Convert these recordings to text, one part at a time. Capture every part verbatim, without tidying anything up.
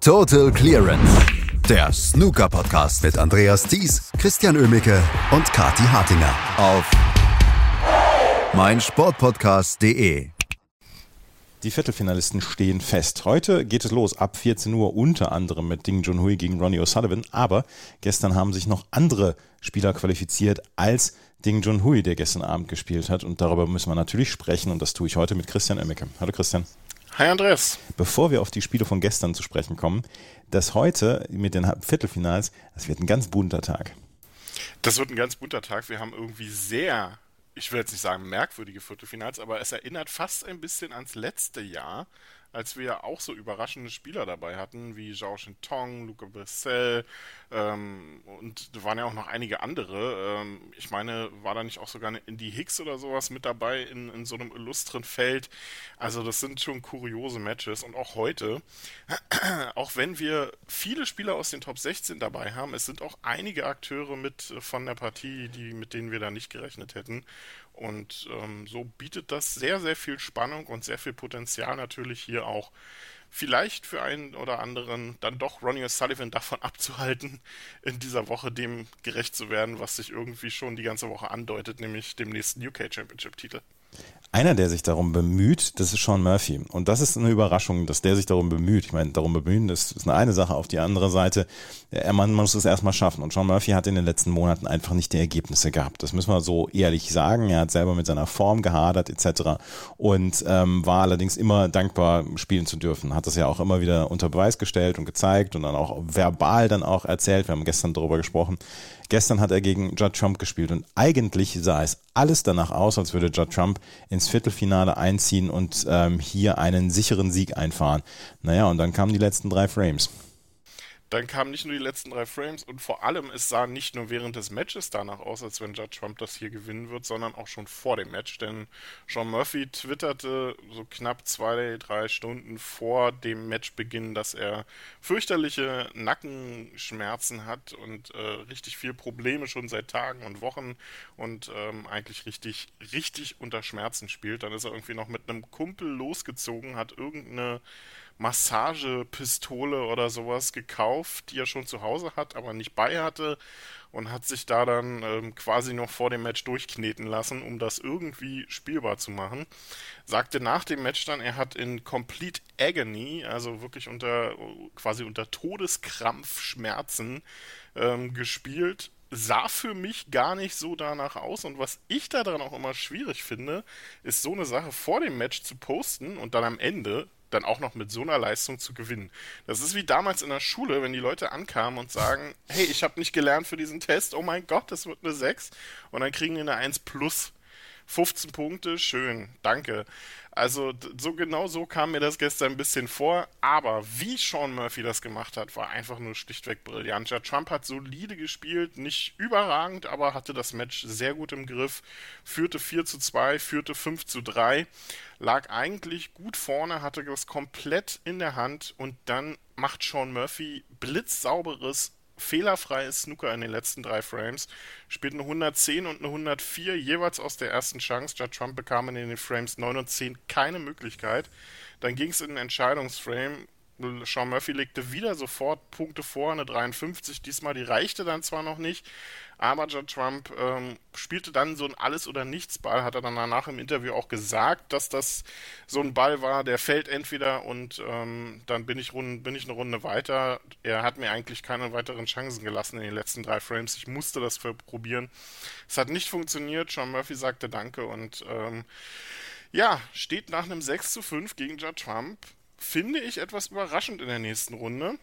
Total Clearance, der Snooker-Podcast mit Andreas Thies, Christian Oemicke und Kathi Hartinger auf meinsportpodcast punkt de. Die Viertelfinalisten stehen fest. Heute geht es los ab vierzehn Uhr, unter anderem mit Ding Junhui gegen Ronnie O'Sullivan. Aber gestern haben sich noch andere Spieler qualifiziert als Ding Junhui, der gestern Abend gespielt hat. Und darüber müssen wir natürlich sprechen. Und das tue ich heute mit Christian Oemicke. Hallo Christian. Hi Andreas. Bevor wir auf die Spiele von gestern zu sprechen kommen, das heute mit den Viertelfinals, das wird ein ganz bunter Tag. Das wird ein ganz bunter Tag. Wir haben irgendwie sehr, ich will jetzt nicht sagen merkwürdige Viertelfinals, aber es erinnert fast ein bisschen ans letzte Jahr, als wir ja auch so überraschende Spieler dabei hatten, wie Zhao Shintong, Luca Brissell ähm, und da waren ja auch noch einige andere. Ähm, ich meine, war da nicht auch sogar eine Indy Hicks oder sowas mit dabei in, in so einem illustren Feld? Also das sind schon kuriose Matches und auch heute, auch wenn wir viele Spieler aus den Top sechzehn dabei haben, es sind auch einige Akteure mit von der Partie, die mit denen wir da nicht gerechnet hätten. Und ähm, so bietet das sehr, sehr viel Spannung und sehr viel Potenzial natürlich hier auch vielleicht für einen oder anderen dann doch Ronnie O'Sullivan davon abzuhalten, in dieser Woche dem gerecht zu werden, was sich irgendwie schon die ganze Woche andeutet, nämlich dem nächsten U K Championship-Titel. Einer, der sich darum bemüht, das ist Shaun Murphy. Und das ist eine Überraschung, dass der sich darum bemüht. Ich meine, darum bemühen, das ist eine, eine Sache. Auf die andere Seite, man muss es erstmal schaffen. Und Shaun Murphy hat in den letzten Monaten einfach nicht die Ergebnisse gehabt. Das müssen wir so ehrlich sagen. Er hat selber mit seiner Form gehadert et cetera. Und ähm, war allerdings immer dankbar, spielen zu dürfen. Hat das ja auch immer wieder unter Beweis gestellt und gezeigt und dann auch verbal dann auch erzählt. Wir haben gestern darüber gesprochen. Gestern hat er gegen Judd Trump gespielt und eigentlich sah es alles danach aus, als würde Judd Trump ins Viertelfinale einziehen und ähm, hier einen sicheren Sieg einfahren. Naja, und dann kamen die letzten drei Frames. Dann kamen nicht nur die letzten drei Frames und vor allem, es sah nicht nur während des Matches danach aus, als wenn Judd Trump das hier gewinnen wird, sondern auch schon vor dem Match, denn Shaun Murphy twitterte so knapp zwei, drei Stunden vor dem Matchbeginn, dass er fürchterliche Nackenschmerzen hat und äh, richtig viel Probleme schon seit Tagen und Wochen und ähm, eigentlich richtig, richtig unter Schmerzen spielt. Dann ist er irgendwie noch mit einem Kumpel losgezogen, hat irgendeine Massagepistole oder sowas gekauft, die er schon zu Hause hat, aber nicht bei hatte und hat sich da dann ähm, quasi noch vor dem Match durchkneten lassen, um das irgendwie spielbar zu machen. Sagte nach dem Match dann, er hat in Complete Agony, also wirklich unter quasi unter Todeskrampfschmerzen ähm, gespielt. Sah für mich gar nicht so danach aus und was ich da dran auch immer schwierig finde, ist so eine Sache vor dem Match zu posten und dann am Ende dann auch noch mit so einer Leistung zu gewinnen. Das ist wie damals in der Schule, wenn die Leute ankamen und sagen, hey, ich habe nicht gelernt für diesen Test, oh mein Gott, das wird eine sechs und dann kriegen die eine eins plus. fünfzehn Punkte, schön, danke. Also so genau so kam mir das gestern ein bisschen vor, aber wie Shaun Murphy das gemacht hat, war einfach nur schlichtweg brillant. Judd Trump hat solide gespielt, nicht überragend, aber hatte das Match sehr gut im Griff, führte vier zu zwei, führte fünf zu drei, lag eigentlich gut vorne, hatte das komplett in der Hand und dann macht Shaun Murphy blitzsauberes fehlerfreies Snooker in den letzten drei Frames, spielt eine hundertzehn und eine hundertvier jeweils aus der ersten Chance. Judd Trump bekam in den Frames neun und zehn keine Möglichkeit. Dann ging es in den Entscheidungsframe. Shaun Murphy legte wieder sofort Punkte vor, eine dreiundfünfzig. Diesmal, die reichte dann zwar noch nicht, aber Judd Trump ähm, spielte dann so ein Alles-oder-Nichts-Ball, hat er dann danach im Interview auch gesagt, dass das so ein Ball war, der fällt entweder und ähm, dann bin ich, rund, bin ich eine Runde weiter. Er hat mir eigentlich keine weiteren Chancen gelassen in den letzten drei Frames. Ich musste das probieren. Es hat nicht funktioniert. Shaun Murphy sagte Danke und ähm, ja, steht nach einem sechs zu fünf gegen Judd Trump, finde ich etwas überraschend in der nächsten Runde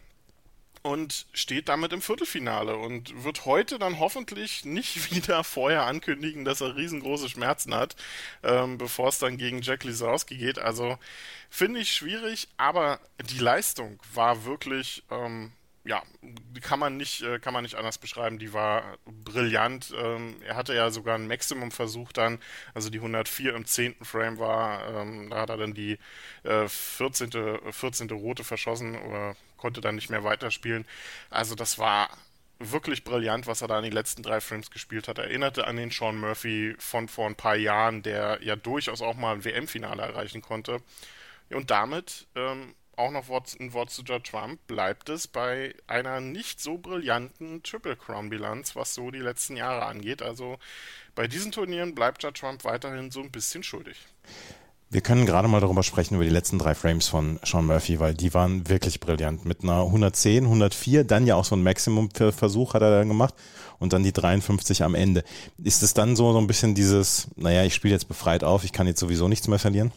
und steht damit im Viertelfinale und wird heute dann hoffentlich nicht wieder vorher ankündigen, dass er riesengroße Schmerzen hat, ähm, bevor es dann gegen Jack Lisowski geht. Also finde ich schwierig, aber die Leistung war wirklich, ähm, ja, kann man nicht, äh, kann man nicht anders beschreiben, die war brillant. Ähm, er hatte ja sogar ein Maximum-Versuch dann, also die hundertvier im zehnten Frame war, ähm, da hat er dann die äh, vierzehnte, vierzehnte rote verschossen oder konnte dann nicht mehr weiterspielen. Also das war wirklich brillant, was er da in den letzten drei Frames gespielt hat. Erinnerte an den Shaun Murphy von vor ein paar Jahren, der ja durchaus auch mal ein W M-Finale erreichen konnte. Und damit ähm, auch noch Wort, ein Wort zu Judd Trump, bleibt es bei einer nicht so brillanten Triple Crown Bilanz, was so die letzten Jahre angeht. Also bei diesen Turnieren bleibt Judd Trump weiterhin so ein bisschen schuldig. Wir können gerade mal darüber sprechen, über die letzten drei Frames von Sean Murphy, weil die waren wirklich brillant. Mit einer hundertzehn, hundertvier, dann ja auch so ein Maximum-Versuch hat er dann gemacht und dann die dreiundfünfzig am Ende. Ist es dann so, so ein bisschen dieses, naja, ich spiele jetzt befreit auf, ich kann jetzt sowieso nichts mehr verlieren?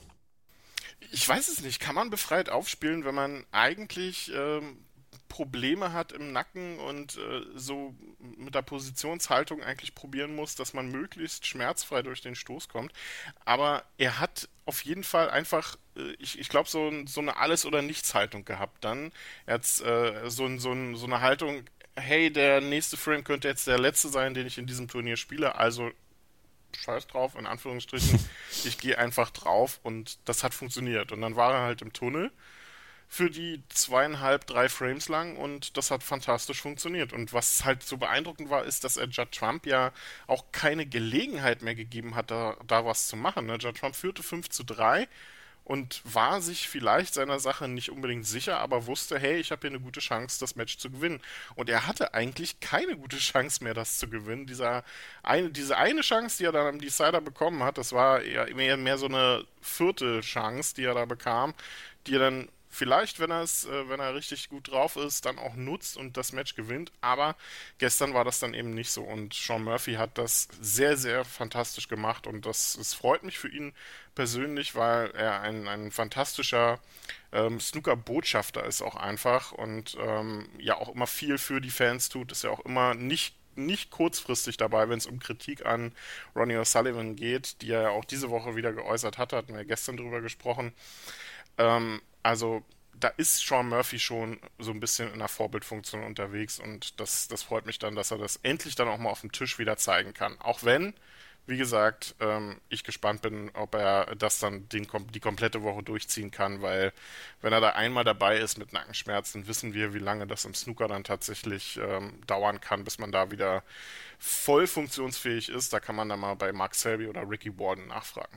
Ich weiß es nicht. Kann man befreit aufspielen, wenn man eigentlich ähm, Probleme hat im Nacken und äh, so mit der Positionshaltung eigentlich probieren muss, dass man möglichst schmerzfrei durch den Stoß kommt. Aber er hat auf jeden Fall einfach, äh, ich, ich glaube, so, so eine Alles- oder Nichts-Haltung gehabt dann. Er hat äh, so, so, so eine Haltung, hey, der nächste Frame könnte jetzt der letzte sein, den ich in diesem Turnier spiele, also scheiß drauf, in Anführungsstrichen, ich gehe einfach drauf und das hat funktioniert. Und dann war er halt im Tunnel für die zweieinhalb, drei Frames lang und das hat fantastisch funktioniert. Und was halt so beeindruckend war, ist, dass er Judd Trump ja auch keine Gelegenheit mehr gegeben hat, da, da was zu machen. Ne? Judd Trump führte fünf zu drei und war sich vielleicht seiner Sache nicht unbedingt sicher, aber wusste, hey, ich habe hier eine gute Chance, das Match zu gewinnen. Und er hatte eigentlich keine gute Chance mehr, das zu gewinnen. Dieser eine, diese eine Chance, die er dann am Decider bekommen hat, das war eher mehr, mehr so eine Viertelchance, die er da bekam, die er dann vielleicht, wenn er es, äh, wenn er richtig gut drauf ist, dann auch nutzt und das Match gewinnt. Aber gestern war das dann eben nicht so. Und Sean Murphy hat das sehr, sehr fantastisch gemacht. Und das, es freut mich für ihn persönlich, weil er ein, ein fantastischer ähm, Snooker-Botschafter ist auch einfach. Und ähm, ja auch immer viel für die Fans tut. Ist ja auch immer nicht nicht kurzfristig dabei, wenn es um Kritik an Ronnie O'Sullivan geht, die er ja auch diese Woche wieder geäußert hat. Hatten wir gestern drüber gesprochen. Ähm, Also da ist Sean Murphy schon so ein bisschen in einer Vorbildfunktion unterwegs und das, das freut mich dann, dass er das endlich dann auch mal auf dem Tisch wieder zeigen kann. Auch wenn, wie gesagt, ähm, ich gespannt bin, ob er das dann den, die komplette Woche durchziehen kann, weil wenn er da einmal dabei ist mit Nackenschmerzen, wissen wir, wie lange das im Snooker dann tatsächlich ähm, dauern kann, bis man da wieder voll funktionsfähig ist. Da kann man dann mal bei Mark Selby oder Ricky Warden nachfragen.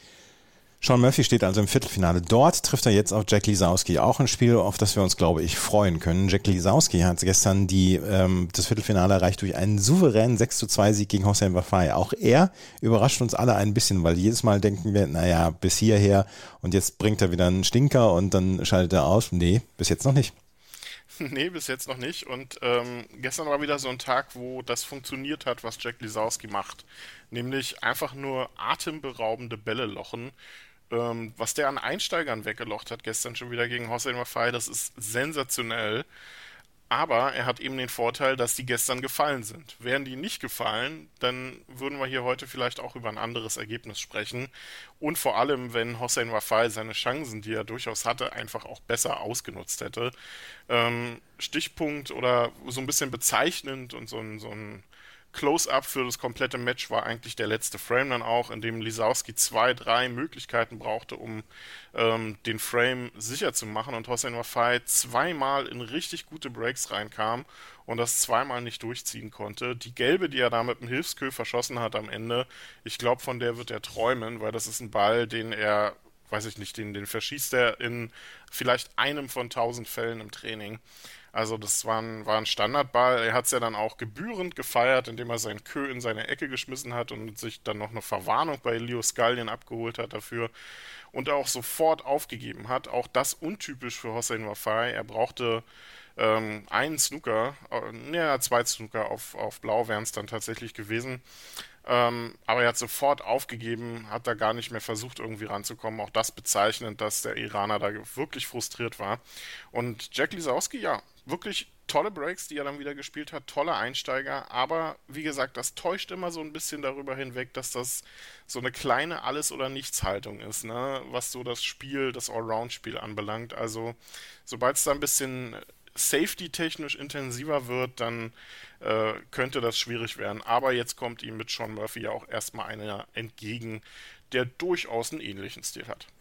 Sean Murphy steht also im Viertelfinale. Dort trifft er jetzt auf Jack Lisowski. Auch ein Spiel, auf das wir uns, glaube ich, freuen können. Jack Lisowski hat gestern die, ähm, das Viertelfinale erreicht durch einen souveränen sechs zu zwei Sieg gegen Hossein Vafaei. Auch er überrascht uns alle ein bisschen, weil jedes Mal denken wir, naja, bis hierher und jetzt bringt er wieder einen Stinker und dann schaltet er aus. Nee, bis jetzt noch nicht. Nee, bis jetzt noch nicht. Und ähm, gestern war wieder so ein Tag, wo das funktioniert hat, was Jack Lisowski macht. Nämlich einfach nur atemberaubende Bälle lochen. Ähm, was der an Einsteigern weggelocht hat gestern schon wieder gegen Hossein Vafaei, das ist sensationell. Aber er hat eben den Vorteil, dass die gestern gefallen sind. Wären die nicht gefallen, dann würden wir hier heute vielleicht auch über ein anderes Ergebnis sprechen. Und vor allem, wenn Hossein Vafaei seine Chancen, die er durchaus hatte, einfach auch besser ausgenutzt hätte. Ähm, Stichpunkt oder so ein bisschen bezeichnend und so ein, so ein Close-up für das komplette Match war eigentlich der letzte Frame dann auch, in dem Lisowski zwei, drei Möglichkeiten brauchte, um ähm, den Frame sicher zu machen und Hossein Vafaei zweimal in richtig gute Breaks reinkam und das zweimal nicht durchziehen konnte. Die gelbe, die er da mit dem Hilfskö verschossen hat am Ende, ich glaube, von der wird er träumen, weil das ist ein Ball, den er, weiß ich nicht, den, den verschießt er in vielleicht einem von tausend Fällen im Training. Also das war ein, war ein Standardball. Er hat es ja dann auch gebührend gefeiert, indem er seinen Kö in seine Ecke geschmissen hat und sich dann noch eine Verwarnung bei Leo Scullion abgeholt hat dafür und auch sofort aufgegeben hat. Auch das untypisch für Hossein Vafaei. Er brauchte ähm, einen Snooker, äh, ja, zwei Snooker auf, auf Blau wären es dann tatsächlich gewesen. Ähm, aber er hat sofort aufgegeben, hat da gar nicht mehr versucht, irgendwie ranzukommen. Auch das bezeichnend, dass der Iraner da wirklich frustriert war. Und Jack Lisowski, ja, wirklich tolle Breaks, die er dann wieder gespielt hat, tolle Einsteiger, aber wie gesagt, das täuscht immer so ein bisschen darüber hinweg, dass das so eine kleine Alles- oder Nichts-Haltung ist, ne? Was so das Spiel, das Allround-Spiel anbelangt. Also sobald es da ein bisschen safety-technisch intensiver wird, dann äh, könnte das schwierig werden. Aber jetzt kommt ihm mit Sean Murphy ja auch erstmal einer entgegen, der durchaus einen ähnlichen Stil hat.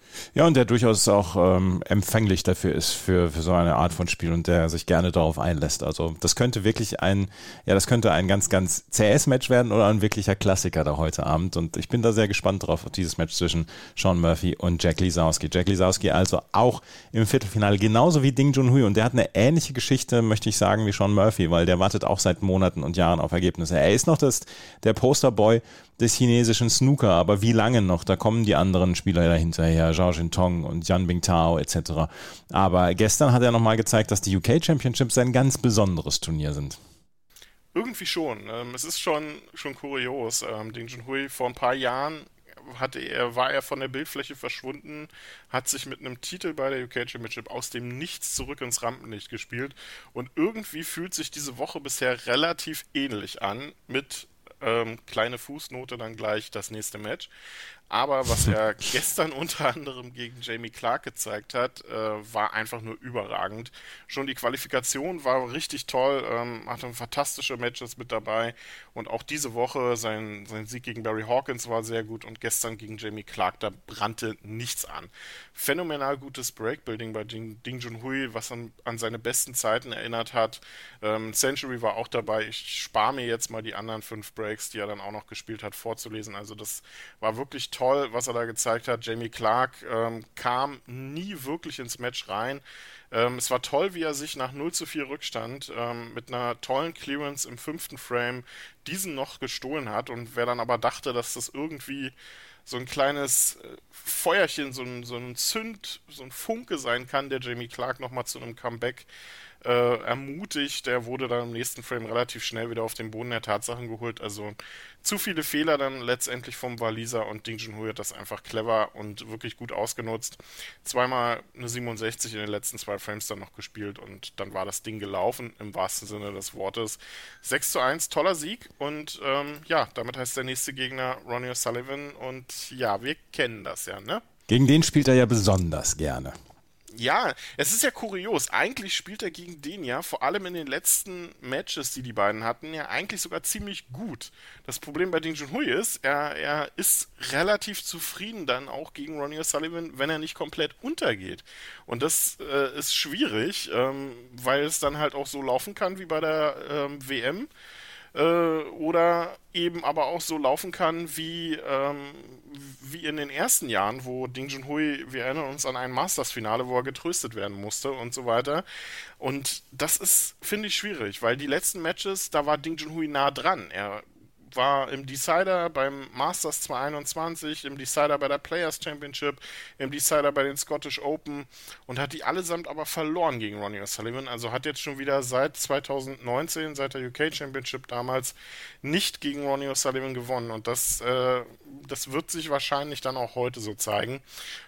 Ja, und der durchaus auch ähm, empfänglich dafür ist, für, für so eine Art von Spiel und der sich gerne darauf einlässt. Also das könnte wirklich ein, ja, das könnte ein ganz, ganz C S-Match werden oder ein wirklicher Klassiker da heute Abend. Und ich bin da sehr gespannt drauf, auf dieses Match zwischen Sean Murphy und Jack Lisowski. Jack Lisowski also auch im Viertelfinale, genauso wie Ding Junhui. Und der hat eine ähnliche Geschichte, möchte ich sagen, wie Sean Murphy, weil der wartet auch seit Monaten und Jahren auf Ergebnisse. Er ist noch das, der Posterboy des chinesischen Snooker, aber wie lange noch? Da kommen die anderen Spieler dahinterher, Zhao Jintong und Yan Bingtao et cetera. Aber gestern hat er nochmal gezeigt, dass die U K Championships ein ganz besonderes Turnier sind. Irgendwie schon. Ähm, es ist schon, schon kurios. Ähm, Ding Junhui vor ein paar Jahren hatte er, war er von der Bildfläche verschwunden, hat sich mit einem Titel bei der U K Championship aus dem Nichts zurück ins Rampenlicht gespielt und irgendwie fühlt sich diese Woche bisher relativ ähnlich an mit Ähm, kleine Fußnote, dann gleich das nächste Match. Aber was er gestern unter anderem gegen Jamie Clark gezeigt hat, äh, war einfach nur überragend. Schon die Qualifikation war richtig toll, ähm, hatte fantastische Matches mit dabei und auch diese Woche sein, sein Sieg gegen Barry Hawkins war sehr gut und gestern gegen Jamie Clark, da brannte nichts an. Phänomenal gutes Breakbuilding bei Ding, Ding Junhui, was an, an seine besten Zeiten erinnert hat. Ähm, Century war auch dabei. Ich spare mir jetzt mal die anderen fünf Breaks, die er dann auch noch gespielt hat, vorzulesen. Also das war wirklich toll. Toll, was er da gezeigt hat. Jamie Clark ähm, kam nie wirklich ins Match rein. Ähm, es war toll, wie er sich nach null zu vier Rückstand ähm, mit einer tollen Clearance im fünften Frame diesen noch gestohlen hat. Und wer dann aber dachte, dass das irgendwie so ein kleines äh, Feuerchen, so ein, so ein Zünd, so ein Funke sein kann, der Jamie Clark nochmal zu einem Comeback äh, ermutigt. Der wurde dann im nächsten Frame relativ schnell wieder auf den Boden der Tatsachen geholt. Also zu viele Fehler dann letztendlich vom Waliser und Ding Junhui hat das einfach clever und wirklich gut ausgenutzt. Zweimal eine siebenundsechzig in den letzten zwei Frames dann noch gespielt und dann war das Ding gelaufen, im wahrsten Sinne des Wortes. sechs zu eins, toller Sieg und ähm, ja, damit heißt der nächste Gegner Ronnie O'Sullivan und ja, wir kennen das ja, ne? Gegen den spielt er ja besonders gerne. Ja, es ist ja kurios. Eigentlich spielt er gegen den ja, vor allem in den letzten Matches, die die beiden hatten, ja eigentlich sogar ziemlich gut. Das Problem bei Ding Junhui ist, er, er ist relativ zufrieden dann auch gegen Ronnie O'Sullivan, wenn er nicht komplett untergeht. Und das äh, ist schwierig, ähm, weil es dann halt auch so laufen kann wie bei der ähm, W M. Äh, oder eben aber auch so laufen kann wie, ähm, wie in den ersten Jahren, wo Ding Junhui, wir erinnern uns an ein Masters-Finale, wo er getröstet werden musste und so weiter. Und das ist, finde ich, schwierig, weil die letzten Matches, da war Ding Junhui nah dran. Er war im Decider beim Masters zweihunderteinundzwanzig, im Decider bei der Players Championship, im Decider bei den Scottish Open und hat die allesamt aber verloren gegen Ronnie O'Sullivan. Also hat jetzt schon wieder seit zweitausendneunzehn, seit der U K Championship damals, nicht gegen Ronnie O'Sullivan gewonnen. Und das, äh, das wird sich wahrscheinlich dann auch heute so zeigen.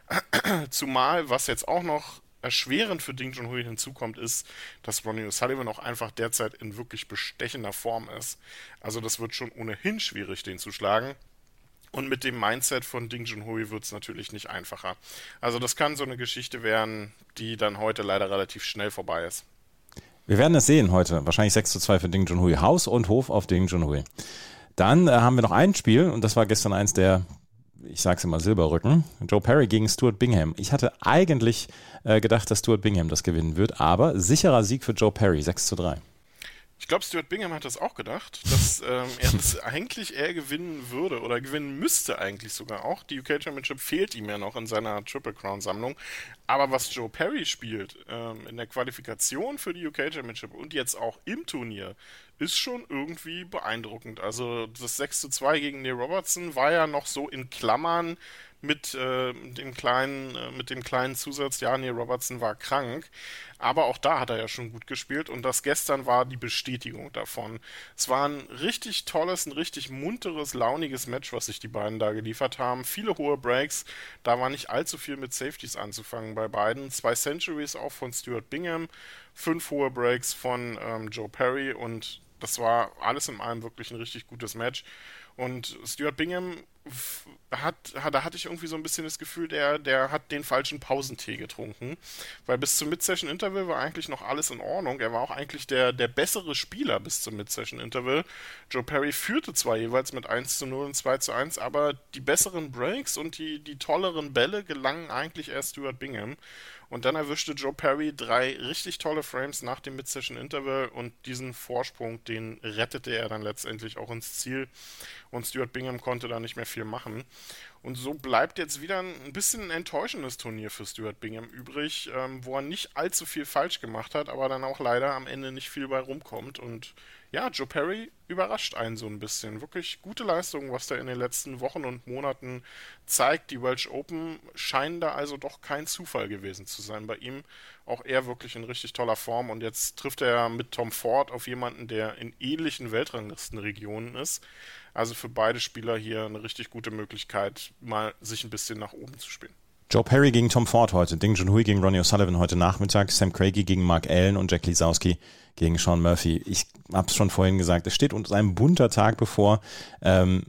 Zumal, was jetzt auch noch erschwerend für Ding Junhui hinzukommt, ist, dass Ronnie O'Sullivan auch einfach derzeit in wirklich bestechender Form ist. Also das wird schon ohnehin schwierig, den zu schlagen. Und mit dem Mindset von Ding Junhui wird es natürlich nicht einfacher. Also das kann so eine Geschichte werden, die dann heute leider relativ schnell vorbei ist. Wir werden es sehen heute. Wahrscheinlich sechs zu zwei für Ding Junhui. Haus und Hof auf Ding Junhui. Dann äh, haben wir noch ein Spiel und das war gestern eins der, ich sag's immer, Silberrücken. Joe Perry gegen Stuart Bingham. Ich hatte eigentlich äh, gedacht, dass Stuart Bingham das gewinnen wird, aber sicherer Sieg für Joe Perry, sechs zu drei. Ich glaube, Stuart Bingham hat das auch gedacht, dass ähm, er das eigentlich eher gewinnen würde oder gewinnen müsste eigentlich sogar auch. Die U K Championship fehlt ihm ja noch in seiner Triple Crown Sammlung. Aber was Joe Perry spielt ähm, in der Qualifikation für die U K Championship und jetzt auch im Turnier, ist schon irgendwie beeindruckend. Also das sechs zu zwei gegen Neil Robertson war ja noch so in Klammern mit äh, dem kleinen, äh, mit dem kleinen Zusatz, ja, Neil Robertson war krank, aber auch da hat er ja schon gut gespielt und das gestern war die Bestätigung davon. Es war ein richtig tolles, ein richtig munteres, launiges Match, was sich die beiden da geliefert haben. Viele hohe Breaks, da war nicht allzu viel mit Safeties anzufangen bei beiden. Zwei Centuries auch von Stuart Bingham, fünf hohe Breaks von ähm, Joe Perry und das war alles in allem wirklich ein richtig gutes Match. Und Stuart Bingham hat, da hatte ich irgendwie so ein bisschen das Gefühl, der, der hat den falschen Pausentee getrunken, weil bis zum Mid-Session-Interval war eigentlich noch alles in Ordnung. Er war auch eigentlich der, der bessere Spieler bis zum Mid-Session-Interval. Joe Perry führte zwar jeweils mit eins zu null und zwei zu eins, aber die besseren Breaks und die, die tolleren Bälle gelangen eigentlich erst Stuart Bingham. Und dann erwischte Joe Perry drei richtig tolle Frames nach dem Mid-Session-Interval und diesen Vorsprung, den rettete er dann letztendlich auch ins Ziel. Und Stuart Bingham konnte da nicht mehr viel machen. Und so bleibt jetzt wieder ein bisschen ein enttäuschendes Turnier für Stuart Bingham übrig, ähm, wo er nicht allzu viel falsch gemacht hat, aber dann auch leider am Ende nicht viel bei rumkommt. Und ja, Joe Perry überrascht einen so ein bisschen. Wirklich gute Leistung, was der in den letzten Wochen und Monaten zeigt. Die Welsh Open scheinen da also doch kein Zufall gewesen zu sein bei ihm. Auch er wirklich in richtig toller Form. Und jetzt trifft er mit Tom Ford auf jemanden, der in ähnlichen Weltranglistenregionen ist. Also für beide Spieler hier eine richtig gute Möglichkeit, mal sich ein bisschen nach oben zu spielen. Joe Perry gegen Tom Ford heute, Ding Junhui gegen Ronnie O'Sullivan heute Nachmittag, Sam Craigie gegen Mark Allen und Jack Lisowski gegen Sean Murphy. Ich habe es schon vorhin gesagt, es steht uns ein bunter Tag bevor. Ähm,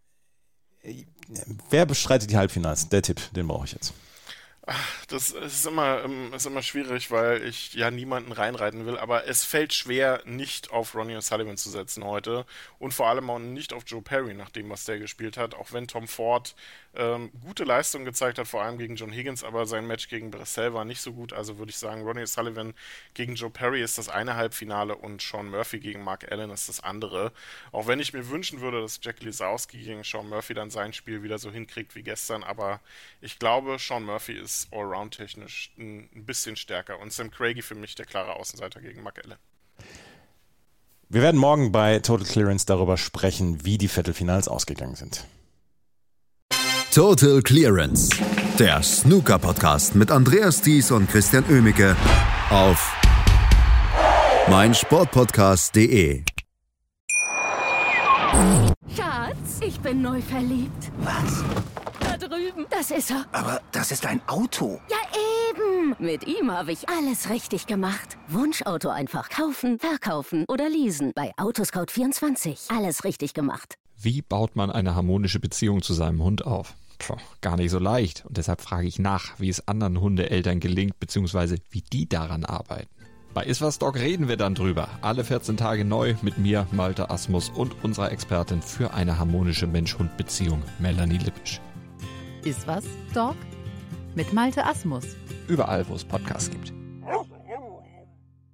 wer bestreitet die Halbfinals? Der Tipp, den brauche ich jetzt. Das ist immer, ist immer schwierig, weil ich ja niemanden reinreiten will, aber es fällt schwer, nicht auf Ronnie O'Sullivan zu setzen heute und vor allem auch nicht auf Joe Perry, nach dem, was der gespielt hat, auch wenn Tom Ford ähm, gute Leistung gezeigt hat, vor allem gegen John Higgins, aber sein Match gegen Bressel war nicht so gut, also würde ich sagen, Ronnie O'Sullivan gegen Joe Perry ist das eine Halbfinale und Sean Murphy gegen Mark Allen ist das andere, auch wenn ich mir wünschen würde, dass Jack Lisowski gegen Sean Murphy dann sein Spiel wieder so hinkriegt wie gestern, aber ich glaube, Sean Murphy ist allround-technisch ein bisschen stärker. Und Sam Craigie für mich der klare Außenseiter gegen Mark Allen. Wir werden morgen bei Total Clearance darüber sprechen, wie die Viertelfinals ausgegangen sind. Total Clearance, der Snooker-Podcast mit Andreas Thies und Christian Oemicke auf meinsportpodcast punkt de. Schatz, ich bin neu verliebt. Was? Da drüben. Das ist er. Aber das ist ein Auto. Ja, eben. Mit ihm habe ich alles richtig gemacht. Wunschauto einfach kaufen, verkaufen oder leasen. Bei Autoscout vierundzwanzig. Alles richtig gemacht. Wie baut man eine harmonische Beziehung zu seinem Hund auf? Puh, gar nicht so leicht. Und deshalb frage ich nach, wie es anderen Hundeeltern gelingt, beziehungsweise wie die daran arbeiten. Bei Iswas Dog reden wir dann drüber. Alle vierzehn Tage neu mit mir, Malte Asmus und unserer Expertin für eine harmonische Mensch-Hund-Beziehung, Melanie Lippisch. Iswas Dog mit Malte Asmus. Überall, wo es Podcasts gibt.